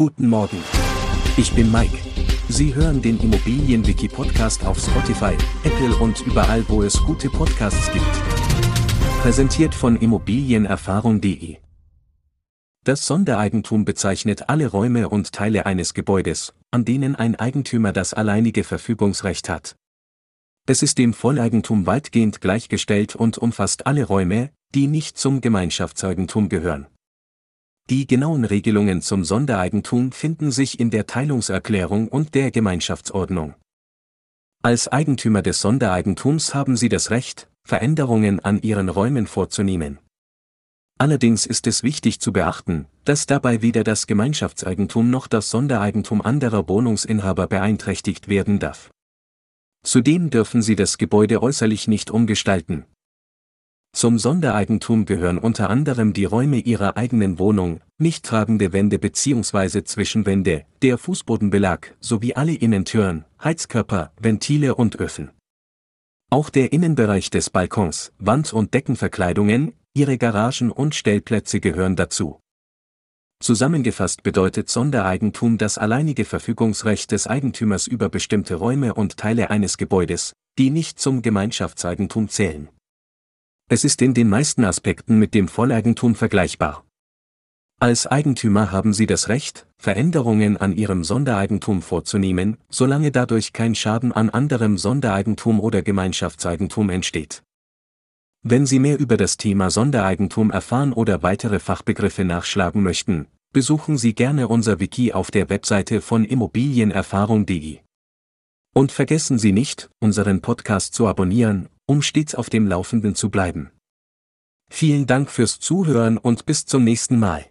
Guten Morgen. Ich bin Mike. Sie hören den Immobilien-Wiki-Podcast auf Spotify, Apple und überall, wo es gute Podcasts gibt. Präsentiert von immobilienerfahrung.de. Das Sondereigentum bezeichnet alle Räume und Teile eines Gebäudes, an denen ein Eigentümer das alleinige Verfügungsrecht hat. Es ist dem Volleigentum weitgehend gleichgestellt und umfasst alle Räume, die nicht zum Gemeinschaftseigentum gehören. Die genauen Regelungen zum Sondereigentum finden sich in der Teilungserklärung und der Gemeinschaftsordnung. Als Eigentümer des Sondereigentums haben Sie das Recht, Veränderungen an Ihren Räumen vorzunehmen. Allerdings ist es wichtig zu beachten, dass dabei weder das Gemeinschaftseigentum noch das Sondereigentum anderer Wohnungsinhaber beeinträchtigt werden darf. Zudem dürfen Sie das Gebäude äußerlich nicht umgestalten. Zum Sondereigentum gehören unter anderem die Räume Ihrer eigenen Wohnung, nicht tragende Wände bzw. Zwischenwände, der Fußbodenbelag sowie alle Innentüren, Heizkörper, Ventile und Öfen. Auch der Innenbereich des Balkons, Wand- und Deckenverkleidungen, Ihre Garagen und Stellplätze gehören dazu. Zusammengefasst bedeutet Sondereigentum das alleinige Verfügungsrecht des Eigentümers über bestimmte Räume und Teile eines Gebäudes, die nicht zum Gemeinschaftseigentum zählen. Es ist in den meisten Aspekten mit dem Volleigentum vergleichbar. Als Eigentümer haben Sie das Recht, Veränderungen an Ihrem Sondereigentum vorzunehmen, solange dadurch kein Schaden an anderem Sondereigentum oder Gemeinschaftseigentum entsteht. Wenn Sie mehr über das Thema Sondereigentum erfahren oder weitere Fachbegriffe nachschlagen möchten, besuchen Sie gerne unser Wiki auf der Webseite von immobilienerfahrung.de. Und vergessen Sie nicht, unseren Podcast zu abonnieren, um stets auf dem Laufenden zu bleiben. Vielen Dank fürs Zuhören und bis zum nächsten Mal.